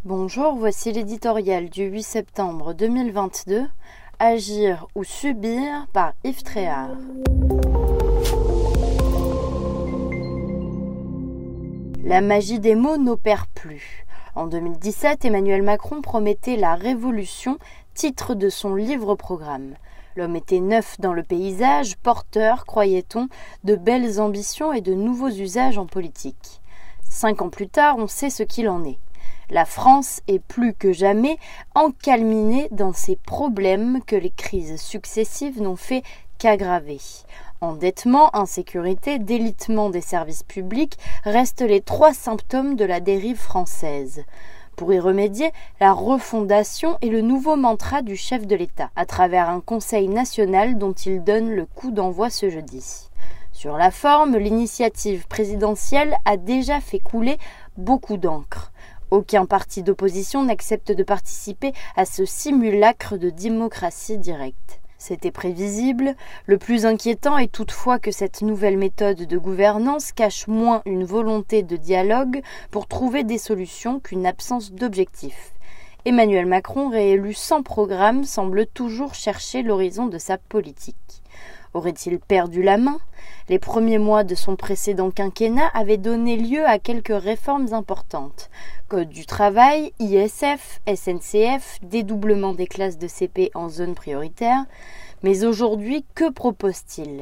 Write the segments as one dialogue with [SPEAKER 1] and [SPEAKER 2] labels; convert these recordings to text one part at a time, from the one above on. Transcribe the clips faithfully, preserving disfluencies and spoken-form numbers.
[SPEAKER 1] Bonjour, voici l'éditorial du huit septembre deux mille vingt-deux, Agir ou subir par Yves Tréhard. La magie des mots n'opère plus. En deux mille dix-sept, Emmanuel Macron promettait la révolution, titre de son livre-programme. L'homme était neuf dans le paysage, porteur, croyait-on, de belles ambitions et de nouveaux usages en politique. Cinq ans plus tard, on sait ce qu'il en est. La France est plus que jamais encalminée dans ses problèmes que les crises successives n'ont fait qu'aggraver. Endettement, insécurité, délitement des services publics restent les trois symptômes de la dérive française. Pour y remédier, la refondation est le nouveau mantra du chef de l'État, à travers un conseil national dont il donne le coup d'envoi ce jeudi. Sur la forme, l'initiative présidentielle a déjà fait couler beaucoup d'encre. Aucun parti d'opposition n'accepte de participer à ce simulacre de démocratie directe. C'était prévisible. Le plus inquiétant est toutefois que cette nouvelle méthode de gouvernance cache moins une volonté de dialogue pour trouver des solutions qu'une absence d'objectifs. Emmanuel Macron, réélu sans programme, semble toujours chercher l'horizon de sa politique. Aurait-il perdu la main ? Les premiers mois de son précédent quinquennat avaient donné lieu à quelques réformes importantes. Code du travail, I S F, S N C F, dédoublement des classes de C P en zone prioritaire. Mais aujourd'hui, que propose-t-il ?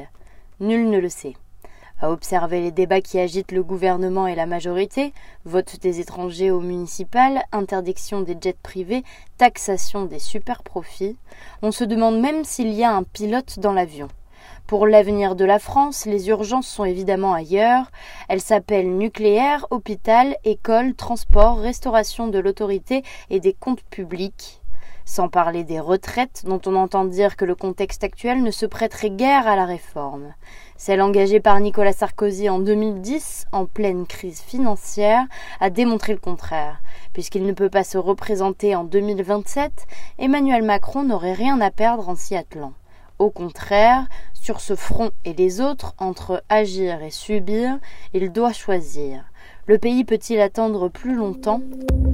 [SPEAKER 1] Nul ne le sait. À observer les débats qui agitent le gouvernement et la majorité, vote des étrangers au municipal, interdiction des jets privés, taxation des super-profits, on se demande même s'il y a un pilote dans l'avion. Pour l'avenir de la France, les urgences sont évidemment ailleurs. Elles s'appellent nucléaire, hôpital, école, transport, restauration de l'autorité et des comptes publics. Sans parler des retraites, dont on entend dire que le contexte actuel ne se prêterait guère à la réforme. Celle engagée par Nicolas Sarkozy en deux mille dix, en pleine crise financière, a démontré le contraire. Puisqu'il ne peut pas se représenter en deux mille vingt-sept, Emmanuel Macron n'aurait rien à perdre en s'y attelant. Au contraire, sur ce front et les autres, entre agir et subir, il doit choisir. Le pays peut-il attendre plus longtemps ?